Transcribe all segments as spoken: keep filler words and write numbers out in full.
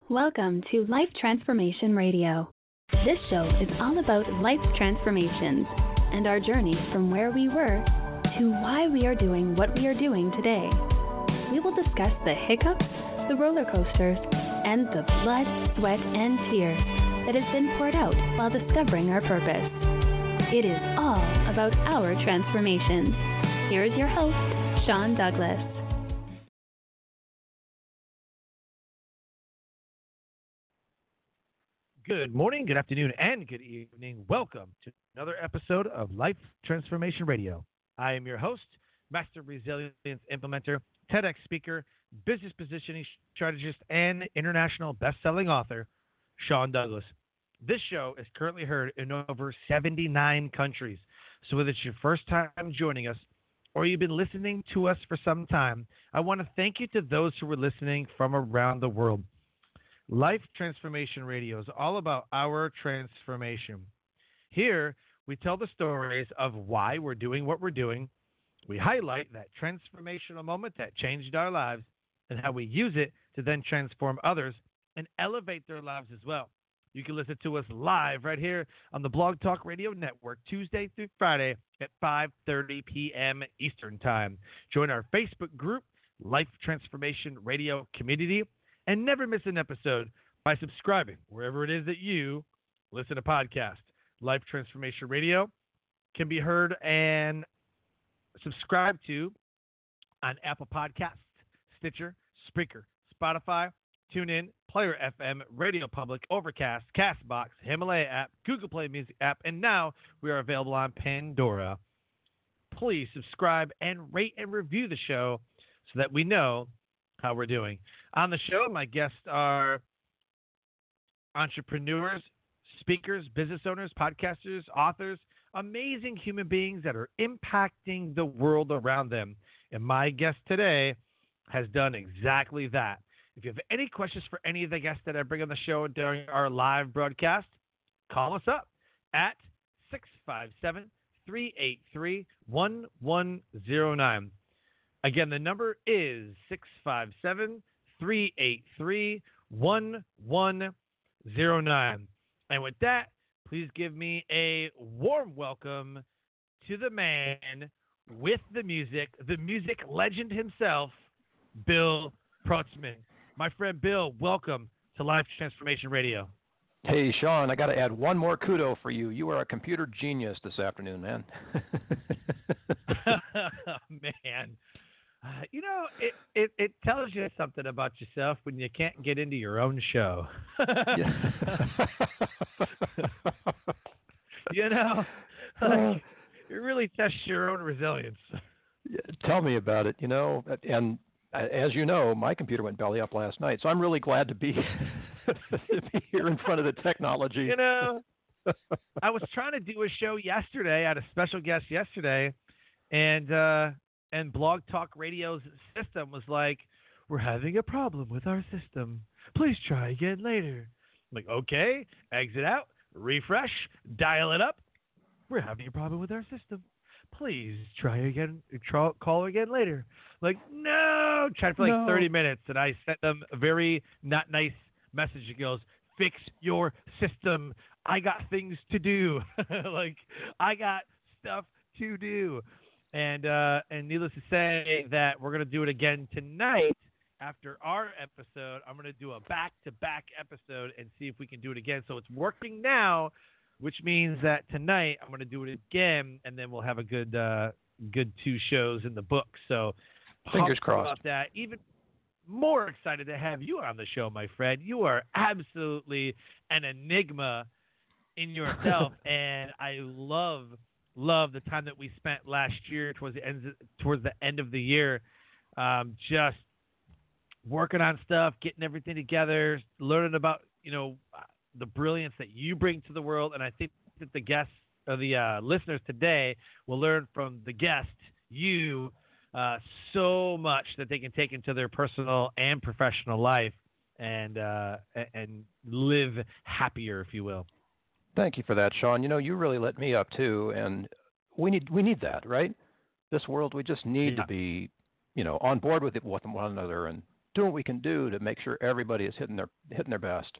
Welcome to Life Transformation Radio. This show is all about life transformations and our journey from where we were to why we are doing what we are doing today. We will discuss the hiccups, the roller coasters, and the blood, sweat, and tears that has been poured out while discovering our purpose. It is all about our transformation. Here is your host, Sean Douglas. Good morning, good afternoon, and good evening. Welcome to another episode of Life Transformation Radio. I am your host, Master Resilience Implementer, TEDx speaker, business positioning strategist, and international best-selling author, Sean Douglas. This show is currently heard in over seventy-nine countries. So whether it's your first time joining us or you've been listening to us for some time, I want to thank you to those who are listening from around the world. Life Transformation Radio is all about our transformation. Here, we tell the stories of why we're doing what we're doing. We highlight that transformational moment that changed our lives and how we use it to then transform others and elevate their lives as well. You can listen to us live right here on the Blog Talk Radio Network, Tuesday through Friday at five thirty p.m. Eastern Time. Join our Facebook group, Life Transformation Radio Community, and never miss an episode by subscribing wherever it is that you listen to podcasts. Life Transformation Radio can be heard and subscribed to on Apple Podcasts, Stitcher, Spreaker, Spotify, TuneIn, Player F M, Radio Public, Overcast, CastBox, Himalaya app, Google Play Music app, and now we are available on Pandora. Please subscribe and rate and review the show so that we know how we're doing. On the show, my guests are entrepreneurs, speakers, business owners, podcasters, authors, amazing human beings that are impacting the world around them. And my guest today has done exactly that. If you have any questions for any of the guests that I bring on the show during our live broadcast, call us up at six five seven, three eight three, one one zero nine. Again, the number is six five seven, three eight three, one one zero nine. And with that, please give me a warm welcome to the man with the music, the music legend himself, Bill Protzman. My friend Bill, welcome to Life Transformation Radio. Hey, Sean, I got to add one more kudo for you. You are a computer genius this afternoon, man. Man. Uh, you know, it, it, it tells you something about yourself when you can't get into your own show. You know, like, it really tests your own resilience. Yeah, tell me about it, you know. And as you know, my computer went belly up last night, so I'm really glad to be, to be here in front of the technology. You know, I was trying to do a show yesterday. I had a special guest yesterday, and uh, and Blog Talk Radio's system was like, we're having a problem with our system. Please try again later. I'm like, okay, exit out, refresh, dial it up. We're having a problem with our system. Please try again, try, call again later. Like, no, tried for like no. thirty minutes, and I sent them a very not nice message. It goes, fix your system. I got things to do. Like, I got stuff to do. And uh, and needless to say that we're going to do it again tonight after our episode. I'm going to do a back-to-back episode and see if we can do it again. So it's working now, which means that tonight I'm going to do it again, and then we'll have a good uh, good two shows in the book. So fingers crossed about that. Even more excited to have you on the show, my friend. You are absolutely an enigma in yourself, and I love – love the time that we spent last year towards the end towards the end of the year, um, just working on stuff, getting everything together, learning about you know the brilliance that you bring to the world. And I think that the guests or the uh, listeners today will learn from the guest you uh, so much that they can take into their personal and professional life and uh, and live happier, if you will. Thank you for that, Sean. You know, you really lit me up too, and we need we need that, right? This world, we just need yeah. to be, you know, on board with it with one another and doing what we can do to make sure everybody is hitting their hitting their best.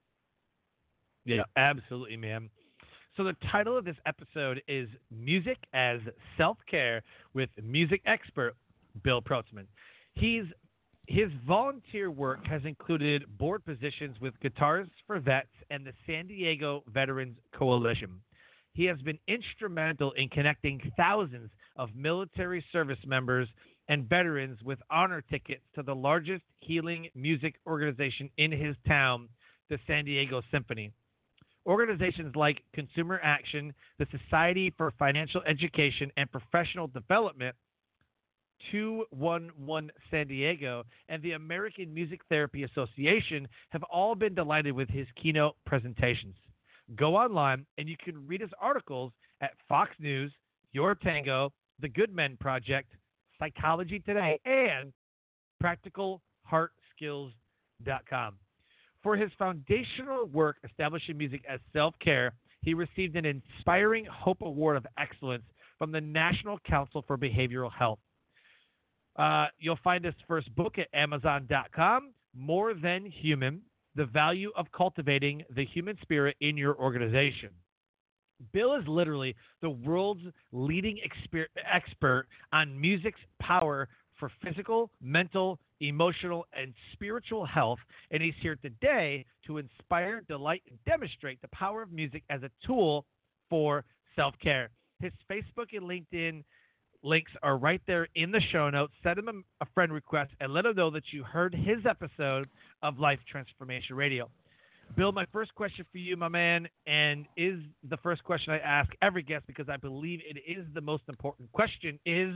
Yeah, absolutely, man. So the title of this episode is Music as Self-Care with music expert Bill Protzman. He's His volunteer work has included board positions with Guitars for Vets and the San Diego Veterans Coalition. He has been instrumental in connecting thousands of military service members and veterans with honor tickets to the largest healing music organization in his town, the San Diego Symphony. Organizations like Consumer Action, the Society for Financial Education and Professional Development, two one one San Diego, and the American Music Therapy Association have all been delighted with his keynote presentations. Go online and you can read his articles at Fox News, Your Tango, The Good Men Project, Psychology Today, and practical heart skills dot com. For his foundational work establishing music as self-care, he received an Inspiring Hope Award of Excellence from the National Council for Behavioral Health. Uh, you'll find his first book at amazon dot com, More Than Human, The Value of Cultivating the Human Spirit in Your Organization. Bill is literally the world's leading exper- expert on music's power for physical, mental, emotional, and spiritual health, and he's here today to inspire, delight, and demonstrate the power of music as a tool for self-care. His Facebook and LinkedIn links are right there in the show notes. Send him a friend request and let him know that you heard his episode of Life Transformation Radio. Bill, my first question for you, my man, and is the first question I ask every guest because I believe it is the most important question, is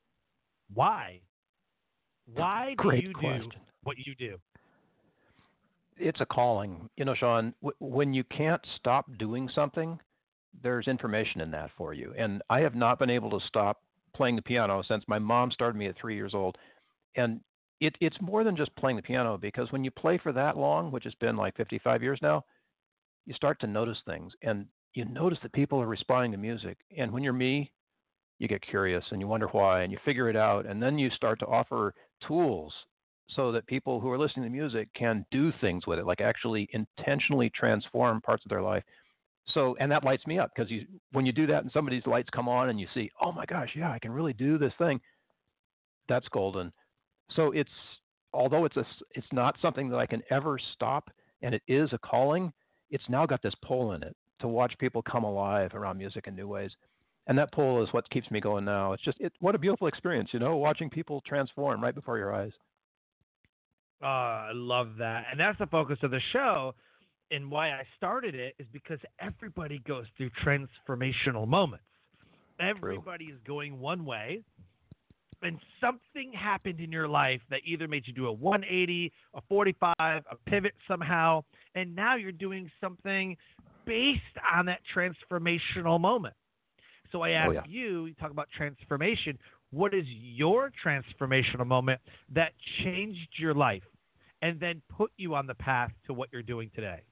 why? Why do Great you question. do what you do? It's a calling. You know, Sean, w- when you can't stop doing something, there's information in that for you. And I have not been able to stop playing the piano since my mom started me at three years old. And it, it's more than just playing the piano, because when you play for that long, which has been like fifty-five years now, you start to notice things. And you notice that people are responding to music. And when you're me, you get curious and you wonder why, and you figure it out. And then you start to offer tools so that people who are listening to music can do things with it, like actually intentionally transform parts of their life. So, and that lights me up, because you, when you do that and somebody's lights come on and you see, oh my gosh, yeah, I can really do this thing, that's golden. So it's, although it's a, it's not something that I can ever stop, and it is a calling, it's now got this pull in it to watch people come alive around music in new ways. And that pull is what keeps me going now. It's just, it, what a beautiful experience, you know, watching people transform right before your eyes. Oh, I love that. And that's the focus of the show. And why I started it is because everybody goes through transformational moments. Everybody True. Is going one way, and something happened in your life that either made you do a one eighty, a forty-five, a pivot somehow, and now you're doing something based on that transformational moment. So I ask oh, yeah. you, you talk about transformation, what is your transformational moment that changed your life and then put you on the path to what you're doing today?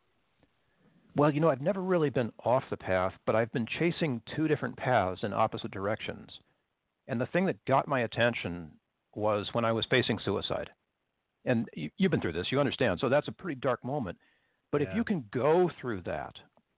Well, you know, I've never really been off the path, but I've been chasing two different paths in opposite directions. And the thing that got my attention was when I was facing suicide. And you, you've been through this, you understand. So that's a pretty dark moment. But yeah. if you can go through that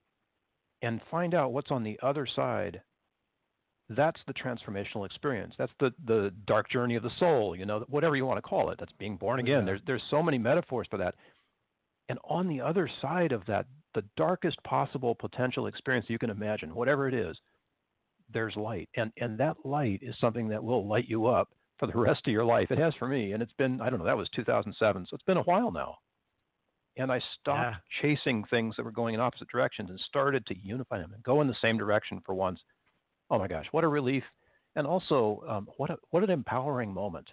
and find out what's on the other side, that's the transformational experience. That's the, the dark journey of the soul, you know, whatever you want to call it. That's being born again. Yeah. There's, there's so many metaphors for that. And on the other side of that, the darkest possible potential experience you can imagine, whatever it is, there's light. And and that light is something that will light you up for the rest of your life. It has for me. And it's been, I don't know, that was two thousand seven. So it's been a while now. And I stopped yeah. chasing things that were going in opposite directions and started to unify them and go in the same direction for once. Oh my gosh, what a relief. And also, um, what a, what an empowering moment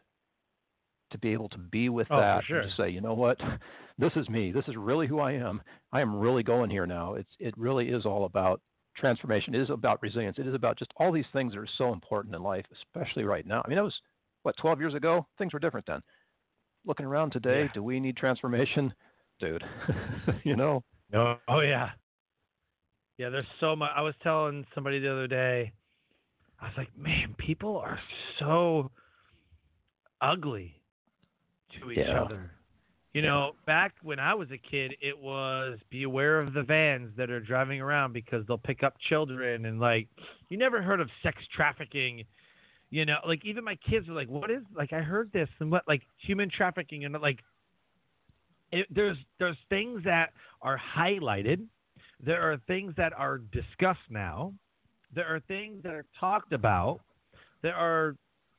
to be able to be with oh, that sure. and to say, you know what, this is me. This is really who I am. I am really going here now. It's It really is all about transformation. It is about resilience. It is about just all these things that are so important in life, especially right now. I mean, that was, what, twelve years ago? Things were different then. Looking around today, yeah. do we need transformation? Dude, you know? Oh, oh, yeah. Yeah, there's so much. I was telling somebody the other day, I was like, man, people are so ugly to each Yeah. other. You know, back when I was a kid, it was beware of the vans that are driving around because they'll pick up children. And, like, you never heard of sex trafficking. You know, like, even my kids are like, what is, like, I heard this. And what, like, human trafficking. And, like, it, there's there's things that are highlighted. There are things that are discussed now. There are things that are talked about. There are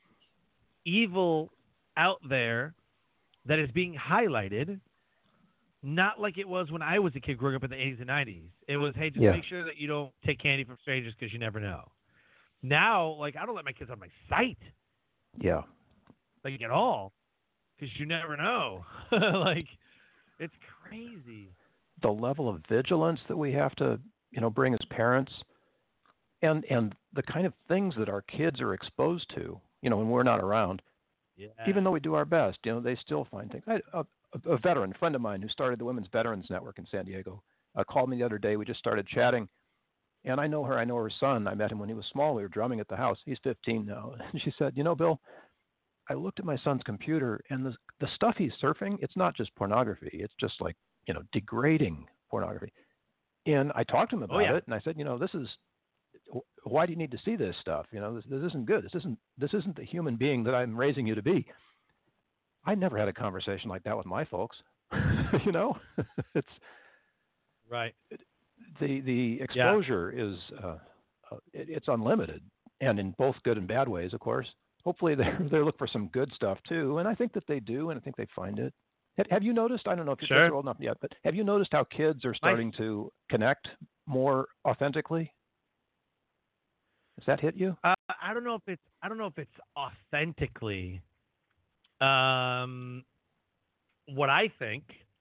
evil out there that is being highlighted, not like it was when I was a kid growing up in the eighties and nineties. It was, hey, just Yeah. make sure that you don't take candy from strangers because you never know. Now, like, I don't let my kids on my sight, Yeah. like, at all, because you never know. Like, it's crazy. The level of vigilance that we have to, you know, bring as parents, and and the kind of things that our kids are exposed to, you know, when we're not around. Yeah. Even though we do our best, you know, they still find things. I, a, a veteran, a friend of mine who started the Women's Veterans Network in San Diego, uh, called me the other day. We just started chatting, and I know her. I know her son. I met him when he was small. We were drumming at the house. He's fifteen now. And she said, you know, Bill, I looked at my son's computer, and the the stuff he's surfing, it's not just pornography. It's just like, you know, degrading pornography. And I talked to him about Oh, yeah. it, and I said, you know, this is, why do you need to see this stuff? You know, this, this isn't good. This isn't this isn't the human being that I'm raising you to be. I never had a conversation like that with my folks. You know, it's Right. the the exposure yeah. is uh, uh, it, it's unlimited, and in both good and bad ways, of course. Hopefully, they they look for some good stuff too, and I think that they do, and I think they find it. Have, have you noticed? I don't know if you're Sure. old enough yet, but have you noticed how kids are starting I, to connect more authentically? Does that hit you? Uh, I don't know if it's I don't know if it's authentically. Um, what I think,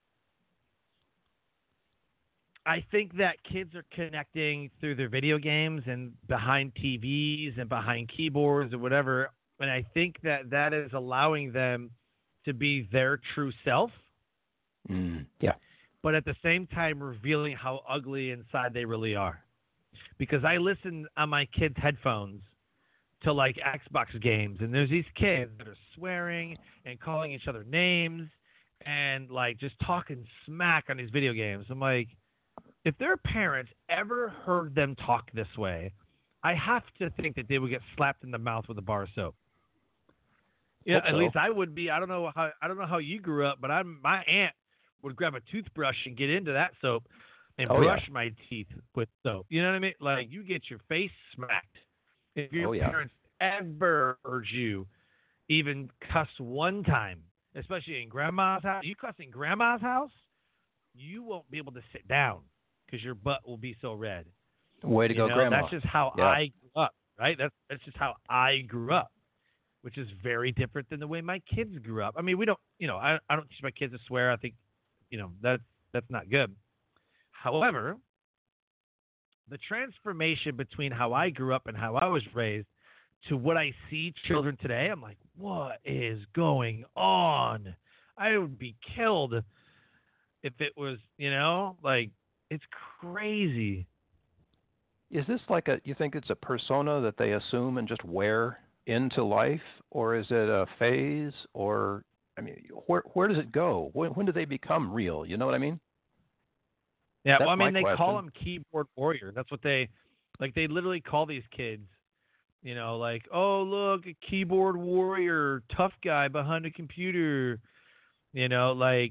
I think that kids are connecting through their video games and behind T Vs and behind keyboards or whatever, and I think that that is allowing them to be their true self. Mm, yeah. But at the same time, revealing how ugly inside they really are. Because I listen on my kids' headphones to, like, Xbox games, and there's these kids that are swearing and calling each other names and, like, just talking smack on these video games. I'm like, if their parents ever heard them talk this way, I have to think that they would get slapped in the mouth with a bar of soap. Yeah, Hope at so. least I would be. I don't know how I don't know how you grew up, but I'm my aunt would grab a toothbrush and get into that soap and Oh, brush yeah. my teeth with soap. You know what I mean? Like, you get your face smacked. If your Oh, yeah. parents ever urge you, even cuss one time, especially in grandma's house, you cuss in grandma's house, you won't be able to sit down because your butt will be so red. Way to You go, know, Grandma. That's just how Yeah. I grew up, right? That's that's just how I grew up, which is very different than the way my kids grew up. I mean, we don't, you know, I I don't teach my kids to swear. I think, you know, that that's not good. However, the transformation between how I grew up and how I was raised to what I see children today, I'm like, what is going on? I would be killed if it was, you know, like, it's crazy. Is this like a, you think it's a persona that they assume and just wear into life, or is it a phase, or, I mean, where where does it go? When, when do they become real? You know what I mean? Yeah, That's well, I mean, my they question. call them keyboard warrior. That's what they, like, they literally call these kids, you know, like, oh, look, a keyboard warrior, tough guy behind a computer, you know, like,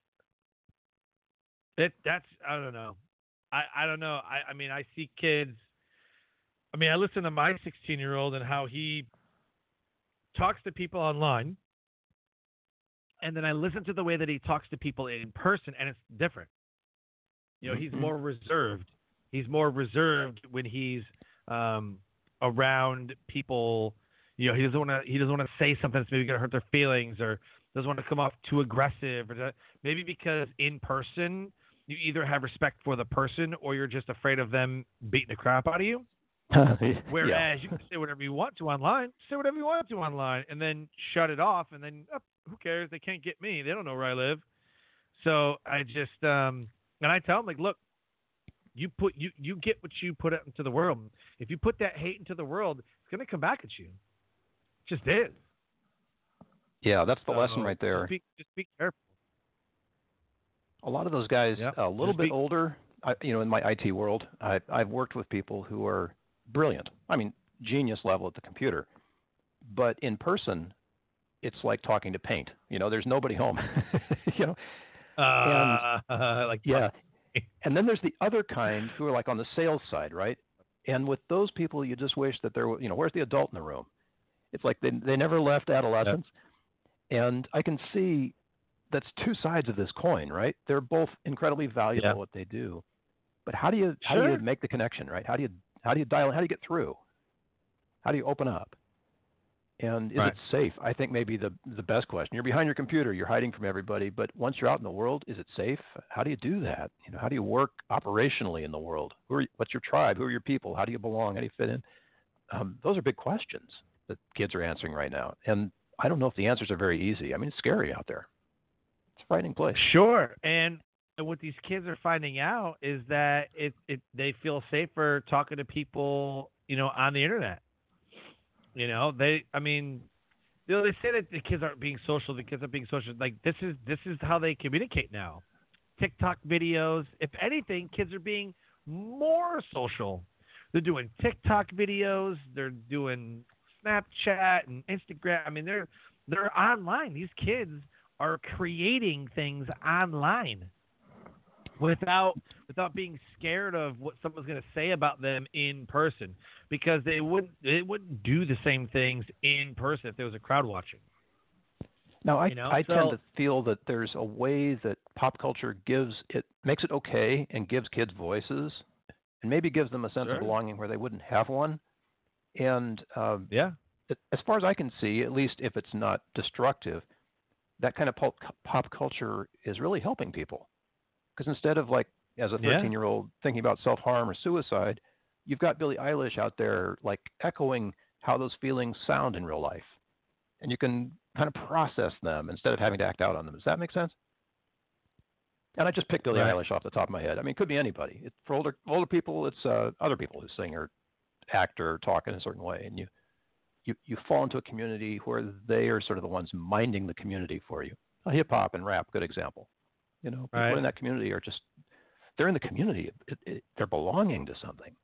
it. That's, I don't know. I, I don't know. I, I mean, I see kids, I mean, I listen to my sixteen-year-old and how he talks to people online, and then I listen to the way that he talks to people in person, and it's different. You know, he's Mhm. more reserved. He's more reserved when he's um, around people. You know, he doesn't want to. He doesn't want to say something that's maybe going to hurt their feelings, or doesn't want to come off too aggressive, or to, maybe because in person you either have respect for the person or you're just afraid of them beating the crap out of you. Whereas yeah. you can say whatever you want to online, say whatever you want to online, and then shut it off, and then oh, who cares? They can't get me. They don't know where I live. So I just um, and I tell them, like, look, you put you you get what you put out into the world. If you put that hate into the world, it's gonna come back at you. It just is. Yeah, that's the So lesson right there. Just be, just be careful. A lot of those guys, Yep. a little Just bit be- older, I, you know, in my I T world, I, I've worked with people who are brilliant. I mean, genius level at the computer. But in person, it's like talking to paint. You know, there's nobody home. you know. Uh, and, like yeah. And then there's the other kind who are like on the sales side, right? And with those people, you just wish that there were, you know, where's the adult in the room? It's like they they never left adolescence. Yep. And I can see that's two sides of this coin, right? They're both incredibly valuable yeah. at what they do. But how do you how sure. do you make the connection, right? How do you how do you dial? How do you get through? How do you open up? And is right. it safe? I think maybe the the best question. You're behind your computer, you're hiding from everybody, but once you're out in the world, is it safe? How do you do that? You know, how do you work operationally in the world? Who are you, what's your tribe? Who are your people? How do you belong? How do you fit in? Um, those are big questions that kids are answering right now. And I don't know if the answers are very easy. I mean, it's scary out there. It's a frightening place. Sure. And what these kids are finding out is that it, it they feel safer talking to people, you know, on the internet. You know, they, I mean, you know, they say that the kids aren't being social. The kids are being social. Like this is this is how they communicate now. TikTok videos. If anything, kids are being more social. They're doing TikTok videos. They're doing Snapchat and Instagram. I mean, they're they're online. These kids are creating things online without without being scared of what someone's going to say about them in person, because they wouldn't they wouldn't do the same things in person if there was a crowd watching. Now, I you know? I so, tend to feel that there's a way that pop culture gives it makes it okay and gives kids voices, and maybe gives them a sense sure. of belonging where they wouldn't have one. And um, yeah, as far as I can see, at least if it's not destructive, that kind of pop, pop culture is really helping people. Because instead of like as a thirteen-year-old yeah. thinking about self-harm or suicide, you've got Billie Eilish out there like echoing how those feelings sound in real life, and you can kind of process them instead of having to act out on them. Does that make sense? And I just picked Billie right. Eilish off the top of my head. I mean, it could be anybody. It, for older older people, it's uh, other people who sing or act or talk in a certain way, and you, you you fall into a community where they are sort of the ones minding the community for you. Hip hop and rap, good example. You know, people right. in that community are just, they're in the community. It, it, they're belonging to something.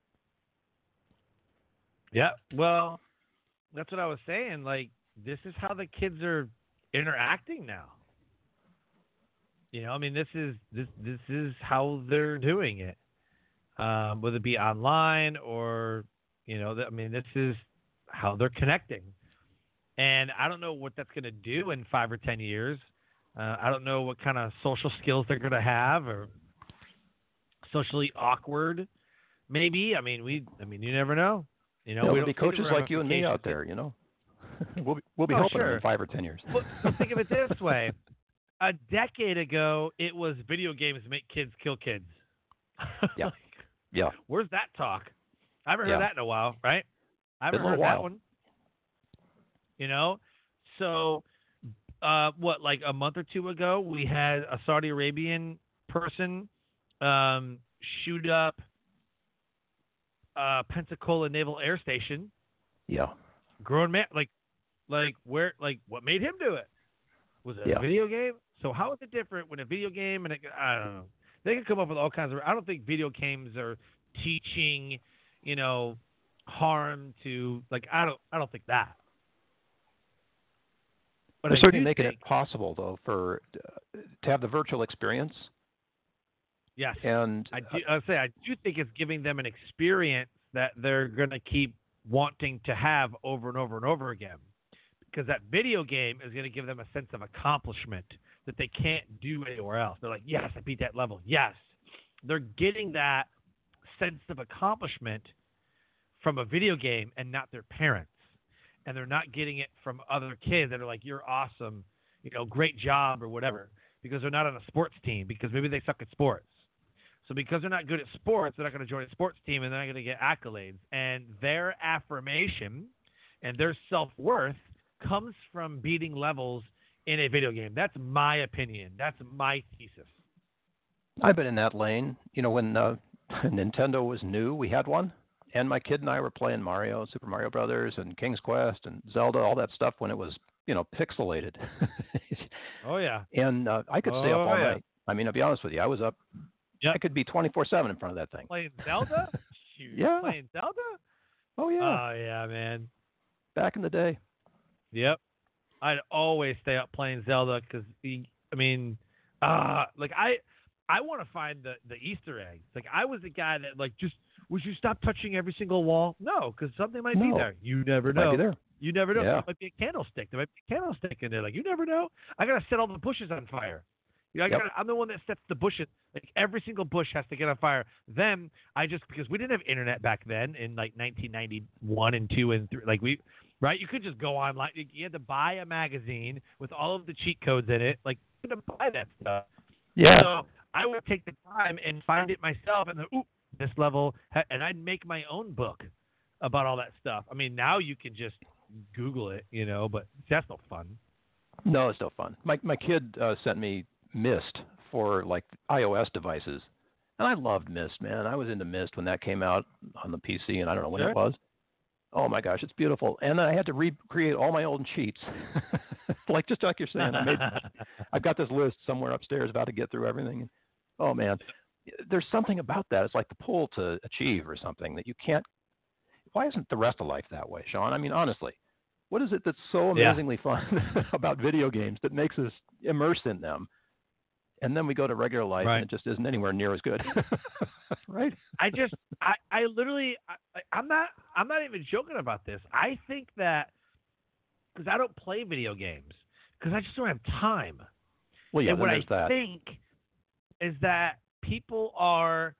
Yeah, well, that's what I was saying. Like, this is how the kids are interacting now. You know, I mean, this is this this is how they're doing it, um, whether it be online or, you know, I mean, this is how they're connecting. And I don't know what that's going to do in five or ten years. Uh, I don't know what kind of social skills they're going to have, or socially awkward, maybe. I mean, we. I mean, you never know. You know, yeah, we there'll be coaches like you and me out there. You know, we'll be, we'll be oh, helping sure. them in five or ten years. Well, think of it this way: a decade ago, it was video games make kids kill kids. Yeah. like, yeah. Where's that talk? I haven't heard yeah. that in a while, right? I haven't Been a heard while. that one. You know, so. Uh, what, like a month or two ago, we had a Saudi Arabian person um, shoot up uh, Pensacola Naval Air Station. Yeah. Grown man, like, like where, like, what made him do it? Was it yeah. a video game? So how is it different when a video game and a, I don't know. They can come up with all kinds of. I don't think video games are teaching, you know, harm to like. I don't. I don't think that. But They're I certainly do making think, it possible, though, for uh, to have the virtual experience. Yes, and I do. I say I do think it's giving them an experience that they're going to keep wanting to have over and over and over again, because that video game is going to give them a sense of accomplishment that they can't do anywhere else. They're like, yes, I beat that level. Yes, they're getting that sense of accomplishment from a video game and not their parents. And they're not getting it from other kids that are like, you're awesome, you know, great job or whatever, because they're not on a sports team, because maybe they suck at sports. So because they're not good at sports, they're not going to join a sports team and they're not going to get accolades. And their affirmation and their self-worth comes from beating levels in a video game. That's my opinion. That's my thesis. I've been in that lane. You know, when uh, Nintendo was new, we had one. And my kid and I were playing Mario, Super Mario Brothers, and King's Quest, and Zelda, all that stuff when it was you know, pixelated. Oh yeah. And uh, I could stay Oh up all yeah. night. I mean, I'll be honest with you. I was up. Yep. I could be twenty-four seven in front of that thing. Playing Zelda? Shoot. Yeah. Playing Zelda? Oh yeah. Oh yeah, man. Back in the day. Yep. I'd always stay up playing Zelda because, I mean, uh, like I, I want to find the, the Easter eggs. Like I was the guy that like just would you stop touching every single wall? No, because something might No. be there. You never It know. might be there. You never know. Yeah. There might be a candlestick. There might be a candlestick in there. Like you never know. I gotta set all the bushes on fire. You know, I Yep. gotta, I'm the one that sets the bushes. Like every single bush has to get on fire. Then I just because we didn't have internet back then in like nineteen ninety-one and two and three. Like we, right? You could just go online. You had to buy a magazine with all of the cheat codes in it. Like you had to buy that stuff. Yeah. So I would take the time and find it myself, and then ooh, this level, and I'd make my own book about all that stuff. I mean, now you can just Google it, you know, but that's no fun. No, it's no fun. My my kid uh, sent me Mist for like iOS devices, and I loved Mist, man. I was into Mist when that came out on the P C, and I don't know when Sure. it was. Oh my gosh, it's beautiful. And then I had to recreate all my old cheats, like just like you're saying. I made, I've got this list somewhere upstairs about to get through everything. Oh man, there's something about that. It's like the pull to achieve or something that you can't. Why isn't the rest of life that way, Sean? I mean, honestly, what is it that's so Yeah. amazingly fun about video games that makes us immersed in them? And then we go to regular life, Right. and it just isn't anywhere near as good, right? I just, I, I literally, I, I'm not, I'm not even joking about this. I think that because I don't play video games because I just don't have time. Well, yeah, and then what there's I that. think is that people are,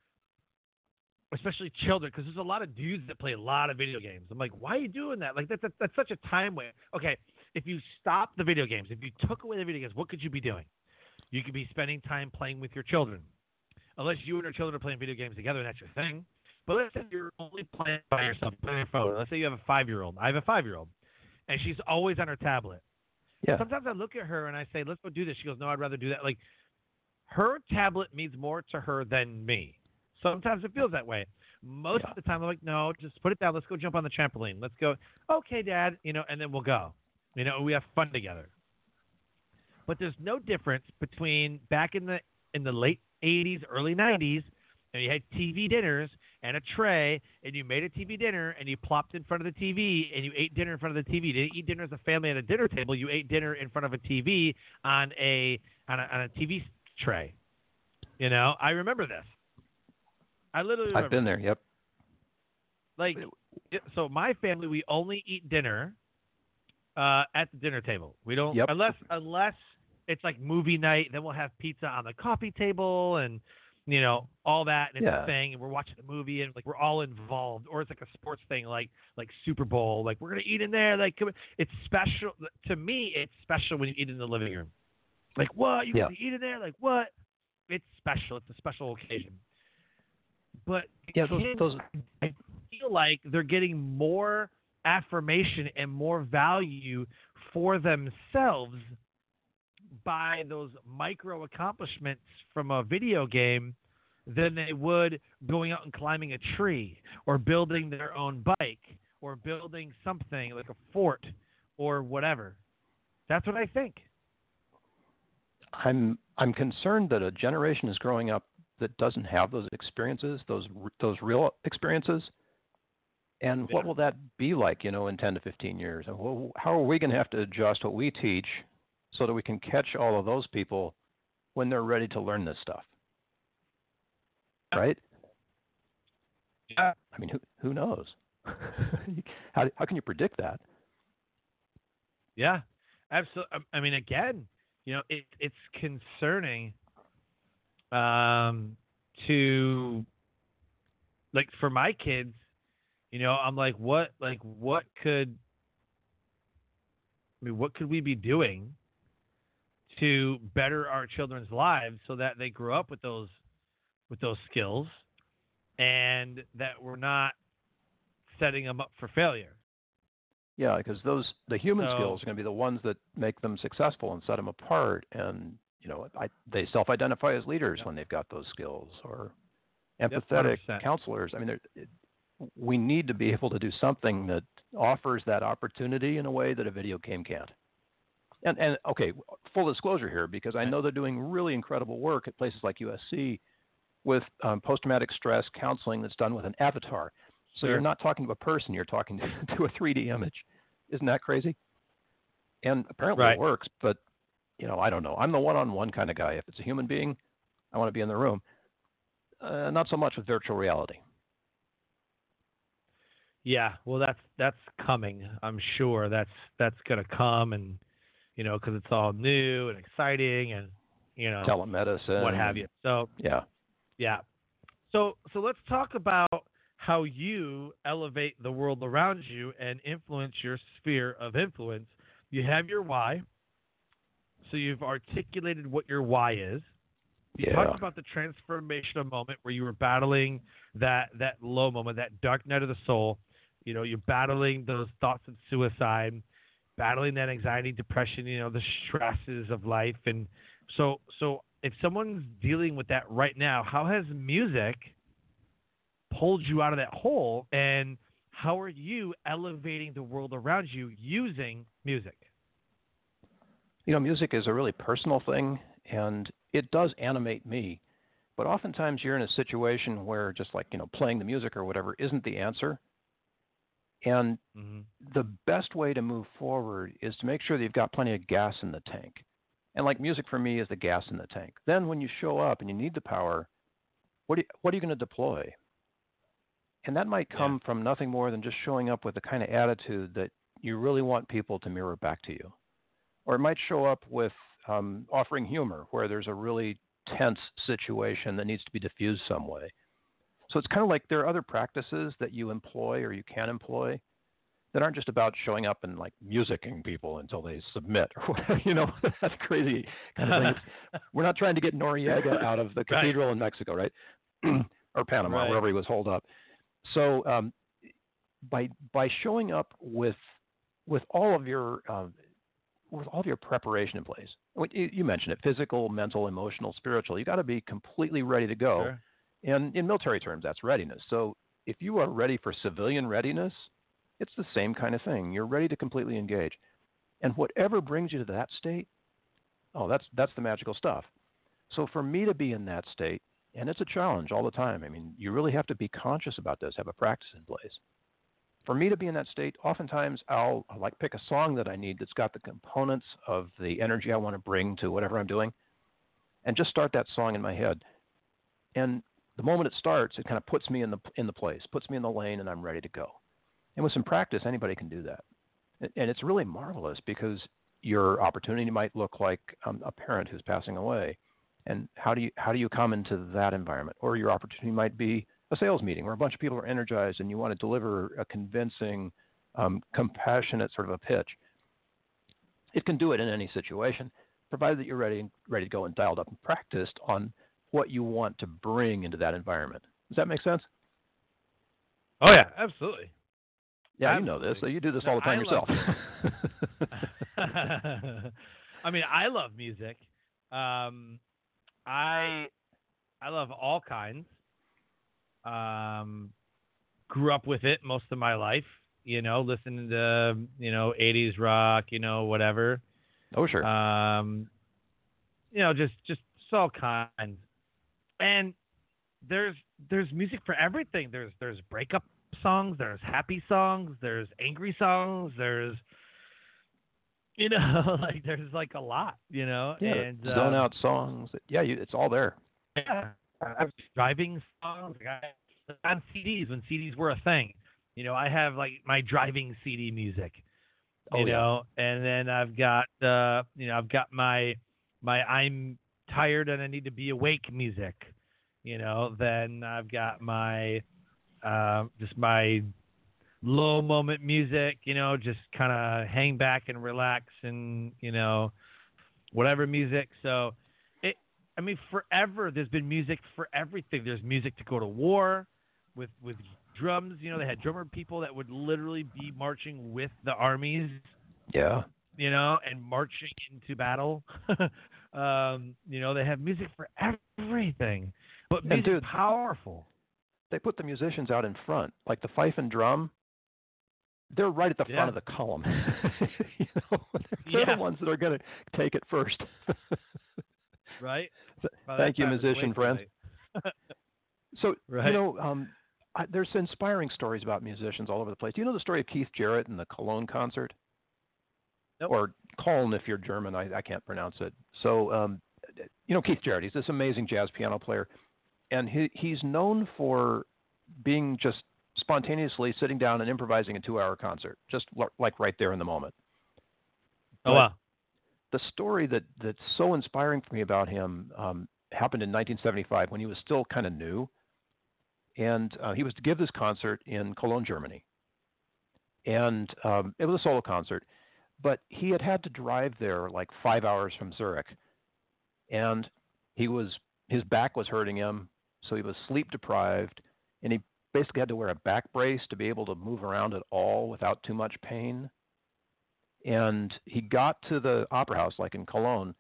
especially children, because there's a lot of dudes that play a lot of video games. I'm like, why are you doing that? Like that's that's, that's such a time waste. Okay, if you stop the video games, if you took away the video games, what could you be doing? You could be spending time playing with your children. Unless you and your children are playing video games together and that's your thing. But let's say you're only playing by yourself, playing your phone. Let's say you have a five-year-old. I have a five-year-old, and she's always on her tablet. Yeah. Sometimes I look at her and I say, let's go do this. She goes, no, I'd rather do that. Like, her tablet means more to her than me. Sometimes it feels that way. Most Yeah. of the time, I'm like, no, just put it down. Let's go jump on the trampoline. Let's go. Okay, Dad. You know, and then we'll go. You know, we have fun together. But there's no difference between back in the in the late eighties, early nineties, and you had T V dinners and a tray, and you made a T V dinner, and you plopped in front of the T V, and you ate dinner in front of the T V. You didn't eat dinner as a family at a dinner table. You ate dinner in front of a T V on a on a, on a T V tray. You know, I remember this. I literally remember. I've been there. Yep. Like, so my family, we only eat dinner uh, at the dinner table. We don't Yep. unless unless it's like movie night. Then we'll have pizza on the coffee table and you know all that and it's Yeah. a thing. And we're watching the movie and like we're all involved. Or it's like a sports thing, like like Super Bowl. Like we're gonna eat in there. Like come- it's special to me. It's special when you eat in the living room. Like what you Yeah. gonna eat in there? Like what? It's special. It's a special occasion. But Yeah. Those. kids, those I feel like they're getting more affirmation and more value for themselves by those micro accomplishments from a video game than they would going out and climbing a tree or building their own bike or building something like a fort or whatever. That's what I think. I'm I'm concerned that a generation is growing up that doesn't have those experiences, those those real experiences. And what Yeah. will that be like, you know, in ten to fifteen years? And wh- how are we going to have to adjust what we teach so that we can catch all of those people when they're ready to learn this stuff? Right? Yeah. I mean, who who knows? how how can you predict that? Yeah, absolutely. I mean, again, you know, it, it's concerning um, to, like, for my kids, you know, I'm like, what, like, what could, I mean, what could we be doing to better our children's lives so that they grow up with those, with those skills, and that we're not setting them up for failure. Yeah, because those the human So- skills are going to be the ones that make them successful and set them apart. And you know, I, they self-identify as leaders Yep. when they've got those skills, or Yep, empathetic one hundred percent. counselors. I mean, there- it, we need to be able to do something that offers that opportunity in a way that a video game can't. And, and okay, full disclosure here, because I know they're doing really incredible work at places like U S C with um, post-traumatic stress counseling that's done with an avatar. So Sure. you're not talking to a person, you're talking to, to a three D image. Isn't that crazy? And apparently Right. it works, but, you know, I don't know. I'm the one-on-one kind of guy. If it's a human being, I want to be in the room. Uh, not so much with virtual reality. Yeah, well, that's that's coming. I'm sure that's that's gonna come, and you know, because it's all new and exciting, and you know, Telemedicine. what have you. So Yeah. yeah. So so let's talk about how you elevate the world around you and influence your sphere of influence. You have your why. So you've articulated what your why is. You Yeah. talked about the transformational moment where you were battling that that low moment, that dark night of the soul. You know, you're battling those thoughts of suicide, battling that anxiety, depression, you know, the stresses of life. And so so if someone's dealing with that right now, how has music pulled you out of that hole, and how are you elevating the world around you using music? You know, music is a really personal thing, and it does animate me. But oftentimes you're in a situation where just like, you know, playing the music or whatever isn't the answer. And Mm-hmm. the best way to move forward is to make sure that you've got plenty of gas in the tank. And like music for me is the gas in the tank. Then when you show up and you need the power, what, do you, what are you going to deploy? And that might come Yeah. from nothing more than just showing up with the kind of attitude that you really want people to mirror back to you. Or it might show up with um, offering humor where there's a really tense situation that needs to be diffused some way. So it's kind of like there are other practices that you employ or you can employ that aren't just about showing up and like musicking people until they submit or whatever, you know, that's crazy kind of thing. It's, we're not trying to get Noriega out of the cathedral right. in Mexico, right? Or Panama, right. wherever he was holed up. So um, by by showing up with with all of your um, with all of your preparation in place, you, you mentioned it: physical, mental, emotional, spiritual. You got to be completely ready to go. Sure. And in military terms, that's readiness. So if you are ready for civilian readiness, it's the same kind of thing. You're ready to completely engage. And whatever brings you to that state, oh, that's that's the magical stuff. So for me to be in that state, and it's a challenge all the time. I mean, you really have to be conscious about this, have a practice in place. For me to be in that state, oftentimes I'll, I'll like pick a song that I need that's got the components of the energy I want to bring to whatever I'm doing, and just start that song in my head. And the moment it starts, it kind of puts me in the in the place, puts me in the lane, and I'm ready to go. And with some practice, anybody can do that. And it's really marvelous because your opportunity might look like um, a parent who's passing away. And how do you how do you come into that environment? Or your opportunity might be a sales meeting where a bunch of people are energized and you want to deliver a convincing, um, compassionate sort of a pitch. It can do it in any situation, provided that you're ready ready to go and dialed up and practiced on what you want to bring into that environment. Does that make sense? Oh yeah, absolutely. Yeah, absolutely. you know this. So you do this no, all the time I yourself. Love... I mean, I love music. Um, I I love all kinds. Um, grew up with it most of my life. You know, listening to you know eighties rock. You know, whatever. Oh sure. Um, you know, just just all kinds. And there's there's music for everything. There's there's breakup songs, there's happy songs, there's angry songs, there's you know like there's like a lot, you know. Yeah, and zone um, out songs. Yeah, you, it's all there. Yeah, I have driving songs I, on C Ds when C Ds were a thing. You know, I have like my driving C D music. You oh, know, yeah. and then I've got uh, you know I've got my my I'm tired and I need to be awake music, you know. Then I've got my uh, just my low moment music, you know, just kind of hang back and relax and, you know, whatever music. So it, I mean, forever there's been music for everything. There's music to go to war with, with drums. You know, they had drummer people that would literally be marching with the armies. Yeah. You know, and marching into battle. Um, you know, they have music for everything, but music is powerful. They put the musicians out in front, like the fife and drum. they're right at the Yeah. front of the column. you know, they're Yeah. the ones that are going to take it first. Right. By Thank that you, time, it's way musician too friends. late. So, Right. you know, um, I, there's inspiring stories about musicians all over the place. Do you know the story of Keith Jarrett and the Cologne concert? Nope. Or Köln, if you're German, I, I can't pronounce it. So, um, you know, Keith Jarrett, he's this amazing jazz piano player, and he, he's known for being just spontaneously sitting down and improvising a two-hour concert, just l- like right there in the moment. Oh But wow. the story that, that's so inspiring for me about him um, happened in nineteen seventy-five when he was still kind of new. And uh, he was to give this concert in Cologne, Germany. And um, it was a solo concert, but he had had to drive there like five hours from Zurich. And he was his back was hurting him, so he was sleep deprived, and he basically had to wear a back brace to be able to move around at all without too much pain. And he got to the opera house, like in Cologne,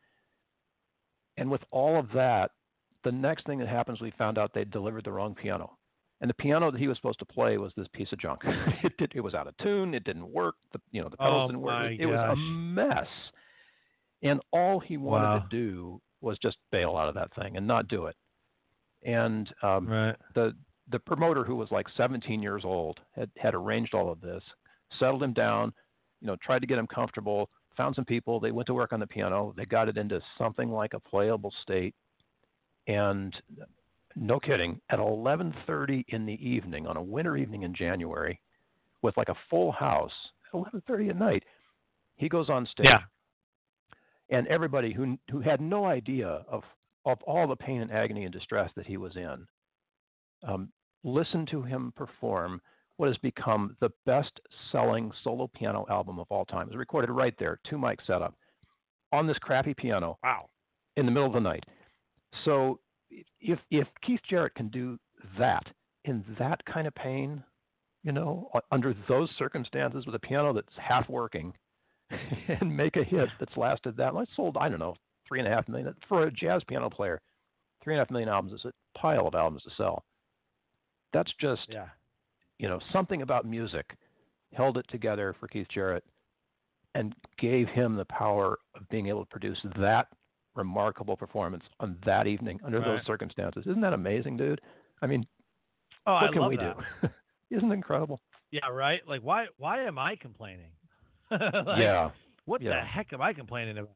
and with all of that, the next thing that happens, we found out they'd delivered the wrong piano. And the piano that he was supposed to play was this piece of junk. It did, it was out of tune. It didn't work. The, you know, the pedals Oh, didn't work. my It, it was a gosh. mess. And all he wanted Wow. to do was just bail out of that thing and not do it. And um, Right. the the promoter, who was like seventeen years old, had, had arranged all of this, settled him down, you know, tried to get him comfortable, found some people. They went to work on the piano. They got it into something like a playable state. And no kidding, at eleven thirty in the evening on a winter evening in January, with like a full house, eleven thirty at night, he goes on stage. Yeah. And everybody who who had no idea of, of all the pain and agony and distress that he was in, um, listened to him perform what has become the best-selling solo piano album of all time. It was recorded right there, two-mic setup, on this crappy piano. Wow. In the middle of the night. So if if Keith Jarrett can do that in that kind of pain, you know, under those circumstances with a piano that's half working, and make a hit that's lasted that long, sold, I don't know, three and a half million for a jazz piano player. Three and a half million albums is a pile of albums to sell. That's just, Yeah. you know, something about music held it together for Keith Jarrett and gave him the power of being able to produce that remarkable performance on that evening under Right. those circumstances. Isn't that amazing, dude? I mean, Oh, what I can love we that. do? Isn't it incredible? Yeah. Right. Like, why? Why am I complaining? Like, yeah. What yeah. the heck am I complaining about?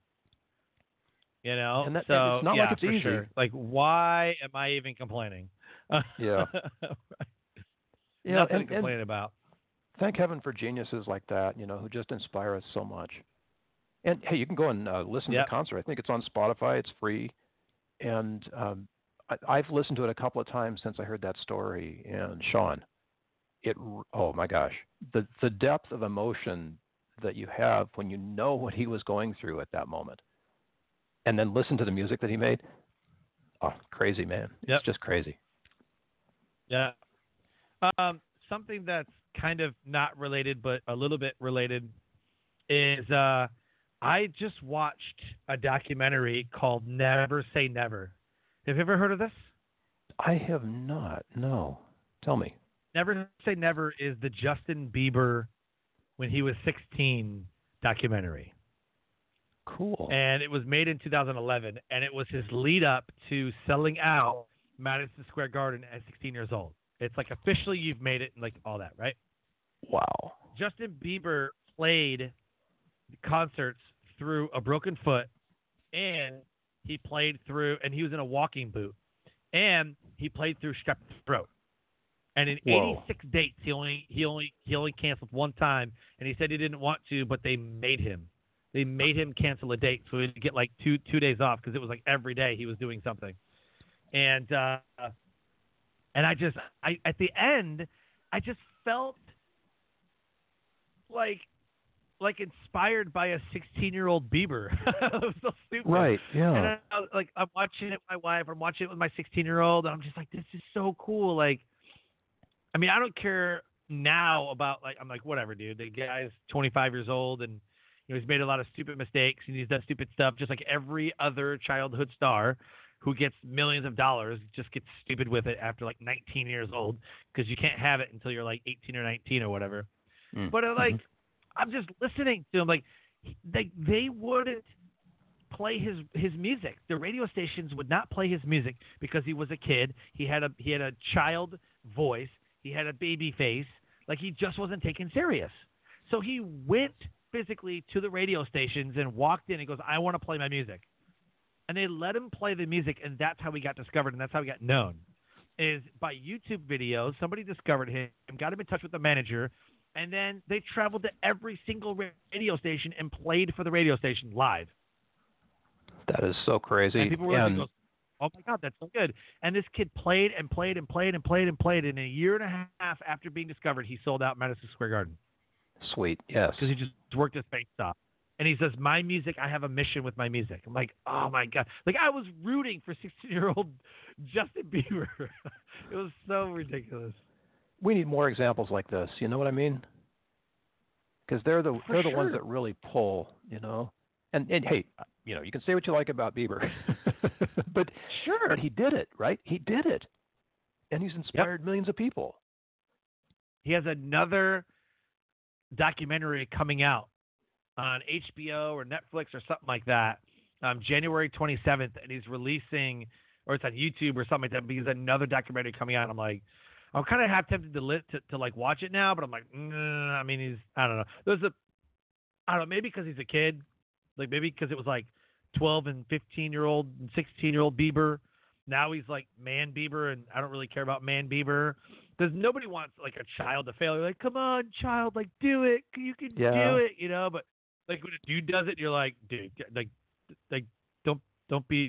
You know. And that- so it's not yeah, like it's for easy. Sure. Like, why am I even complaining? Yeah. Yeah, Nothing and- to complain about. Thank heaven for geniuses like that, you know, who just inspire us so much. And hey, you can go and uh, listen Yep. to the concert. I think it's on Spotify. It's free, and um, I, I've listened to it a couple of times since I heard that story. And Sean, it oh my gosh, the the depth of emotion that you have when you know what he was going through at that moment, and then listen to the music that he made. Oh, crazy, man! Yep. It's just crazy. Yeah. Um, something that's kind of not related, but a little bit related, is uh, I just watched a documentary called Never Say Never. Have you ever heard of this? I have not. No, tell me. Never Say Never is the Justin Bieber when he was sixteen documentary. Cool. And it was made in two thousand eleven, and it was his lead up to selling out Madison Square Garden at sixteen years old. It's like officially you've made it and like all that, right? Wow. Justin Bieber played concerts through a broken foot, and he played through, and he was in a walking boot, and he played through strep throat. And in Whoa. eighty-six dates, he only he only he only canceled one time, and he said he didn't want to, but they made him. They made him cancel a date, so he'd get like two two days off because it was like every day he was doing something. And uh, and I just I at the end, I just felt like like inspired by a sixteen-year-old Bieber. It was so stupid. Right. Yeah. And I, I, like I'm watching it with my wife, I'm watching it with my sixteen-year-old, and I'm just like, this is so cool. Like, I mean, I don't care now about like I'm like whatever, dude. The guy's twenty-five years old, and you know he's made a lot of stupid mistakes, and he's done stupid stuff, just like every other childhood star who gets millions of dollars just gets stupid with it after like nineteen years old because you can't have it until you're like eighteen or nineteen or whatever. Mm. But uh, like, mm-hmm. I'm just listening to him. Like, they they wouldn't play his his music. The radio stations would not play his music because he was a kid. He had a he had a child voice. He had a baby face. Like, he just wasn't taken serious. So he went physically to the radio stations and walked in and goes, I want to play my music. And they let him play the music, and that's how he got discovered, and that's how he got known. Is by YouTube videos, somebody discovered him, got him in touch with the manager, and then they traveled to every single radio station and played for the radio station live. That is so crazy. And people were and... like, oh my God, that's so good. And this kid played and played and played and played and played. And a year and a half after being discovered, he sold out Madison Square Garden. Sweet, yes. Because he just worked his face off. And he says, my music, I have a mission with my music. I'm like, oh my God. Like, I was rooting for sixteen-year-old Justin Bieber. It was so ridiculous. We need more examples like this. You know what I mean? Because they're the For they're the sure. ones that really pull, you know? And, and hey, you know, you can say what you like about Bieber. but Sure. But he did it, right? He did it. And he's inspired yep. millions of people. He has another documentary coming out on H B O or Netflix or something like that, um, January twenty-seventh, and he's releasing, or it's on YouTube or something like that, but he's another documentary coming out. And I'm like, I'm kind of half tempted to, lit, to to like watch it now, but I'm like, nah, I mean, he's, I don't know. There's a, I don't know, maybe because he's a kid, like maybe because it was like twelve and fifteen year old and sixteen year old Bieber. Now he's like man Bieber, and I don't really care about man Bieber. Because nobody wants like a child to fail. You're like, come on, child, like do it, you can yeah. do it, you know. But like when a dude does it, you're like, dude, like, like don't don't be,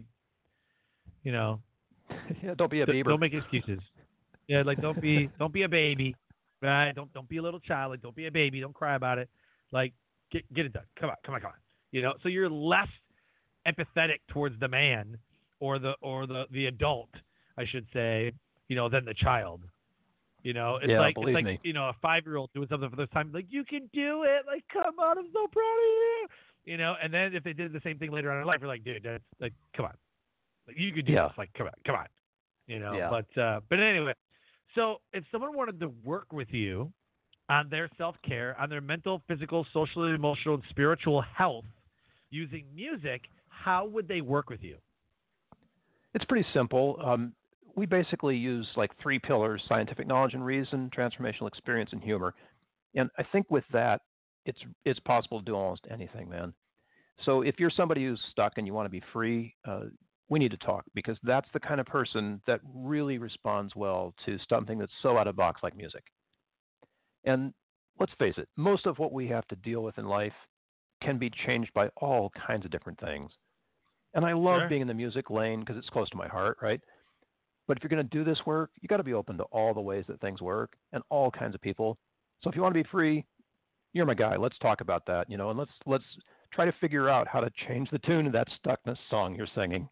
you know, yeah, don't be a d- Bieber. Don't make excuses. Yeah, like don't be don't be a baby, right? Don't don't be a little child. Like don't be a baby. Don't cry about it. Like get get it done. Come on, come on, come on. You know, so you're less empathetic towards the man or the or the the adult, I should say, you know, than the child. You know, it's yeah, like believe it's like me. you know a five year old doing something for the first time, like you can do it. Like come on, I'm so proud of you. You know, and then if they did the same thing later on in life, you're like, dude, that's like, come on, like you could do yeah. this. Like, come on, come on. You know, yeah. but uh, but anyway, so if someone wanted to work with you on their self care, on their mental, physical, social, emotional, and spiritual health using music, how would they work with you? It's pretty simple. Um, we basically use like three pillars: scientific knowledge and reason, transformational experience, and humor. And I think with that, it's it's possible to do almost anything, man. So if you're somebody who's stuck and you want to be free, uh, we need to talk, because that's the kind of person that really responds well to something that's so out of box like music. And let's face it, most of what we have to deal with in life can be changed by all kinds of different things. And I love Sure. being in the music lane because it's close to my heart, right? But if you're going to do this work, you got to be open to all the ways that things work and all kinds of people. So if you want to be free, you're my guy. Let's talk about that, you know, and let's let's try to figure out how to change the tune of that stuckness song you're singing.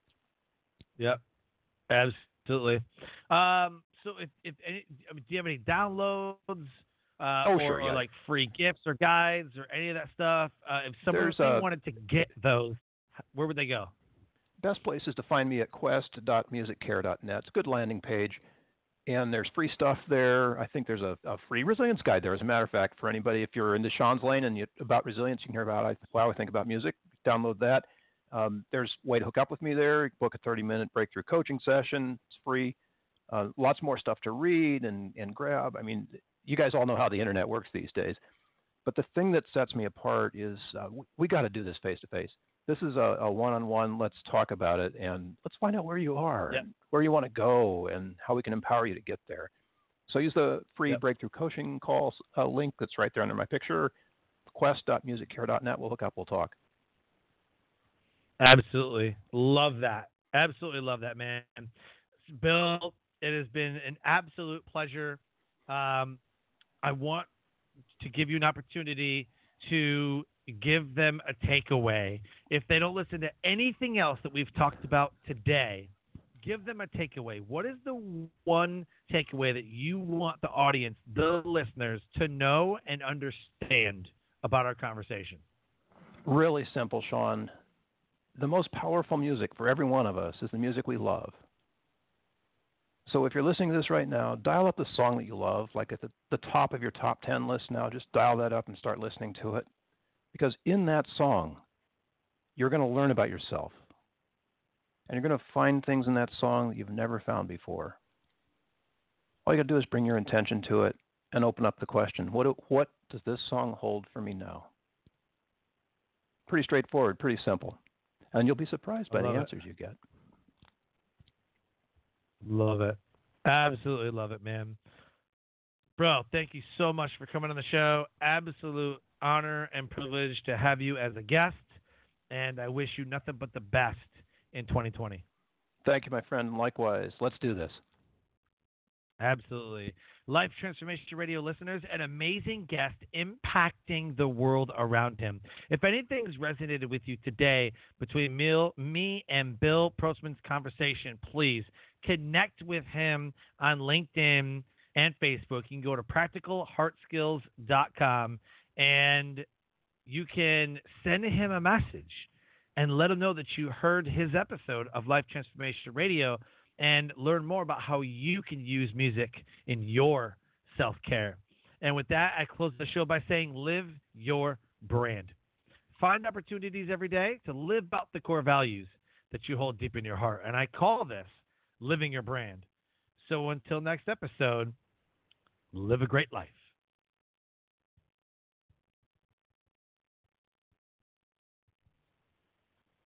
Yep, absolutely. Um, so if, if any, I mean, do you have any downloads uh, oh, or, sure, yeah. or like free gifts or guides or any of that stuff? Uh, if someone if they a, wanted to get those, where would they go? Best place is to find me at quest dot music care dot net. It's a good landing page. And there's free stuff there. I think there's a, a free resilience guide there. As a matter of fact, for anybody, if you're into Sean's lane and you, about resilience, you can hear about how I think about music. Download that. Um, there's a way to hook up with me there. Book a thirty minute breakthrough coaching session. It's free. Uh, lots more stuff to read and, and grab. I mean, you guys all know how the internet works these days. But the thing that sets me apart is uh, we, we got to do this face to face. This is a, a one-on-one. Let's talk about it, and let's find out where you are, Yep. and where you want to go, and how we can empower you to get there. So use the free Yep. breakthrough coaching call uh, link that's right there under my picture. quest dot music care dot net. We'll hook up. We'll talk. Absolutely. Love that. Absolutely love that, man. Bill, it has been an absolute pleasure. Um, I want to give you an opportunity to give them a takeaway. If they don't listen to anything else that we've talked about today, give them a takeaway. What is the one takeaway that you want the audience, the listeners, to know and understand about our conversation? Really simple, Sean. The most powerful music for every one of us is the music we love. So if you're listening to this right now, dial up the song that you love, like at the, the top of your top ten list now. Just dial that up and start listening to it. Because in that song, you're going to learn about yourself. And you're going to find things in that song that you've never found before. All you got to do is bring your intention to it and open up the question, what, what does this song hold for me now? Pretty straightforward, pretty simple. And you'll be surprised by the answers it. you get. Love it. Absolutely love it, man. Bro, thank you so much for coming on the show. Absolute honor and privilege to have you as a guest. And I wish you nothing but the best in twenty twenty. Thank you, my friend. Likewise. Let's do this. Absolutely. Life Transformation Radio listeners, an amazing guest impacting the world around him. If anything's resonated with you today between me, me and Bill Prostman's conversation, please connect with him on LinkedIn and Facebook. You can go to practical heart skills dot com and you can send him a message and let him know that you heard his episode of Life Transformation Radio and learn more about how you can use music in your self-care. And with that, I close the show by saying live your brand. Find opportunities every day to live out the core values that you hold deep in your heart. And I call this living your brand. So until next episode, live a great life.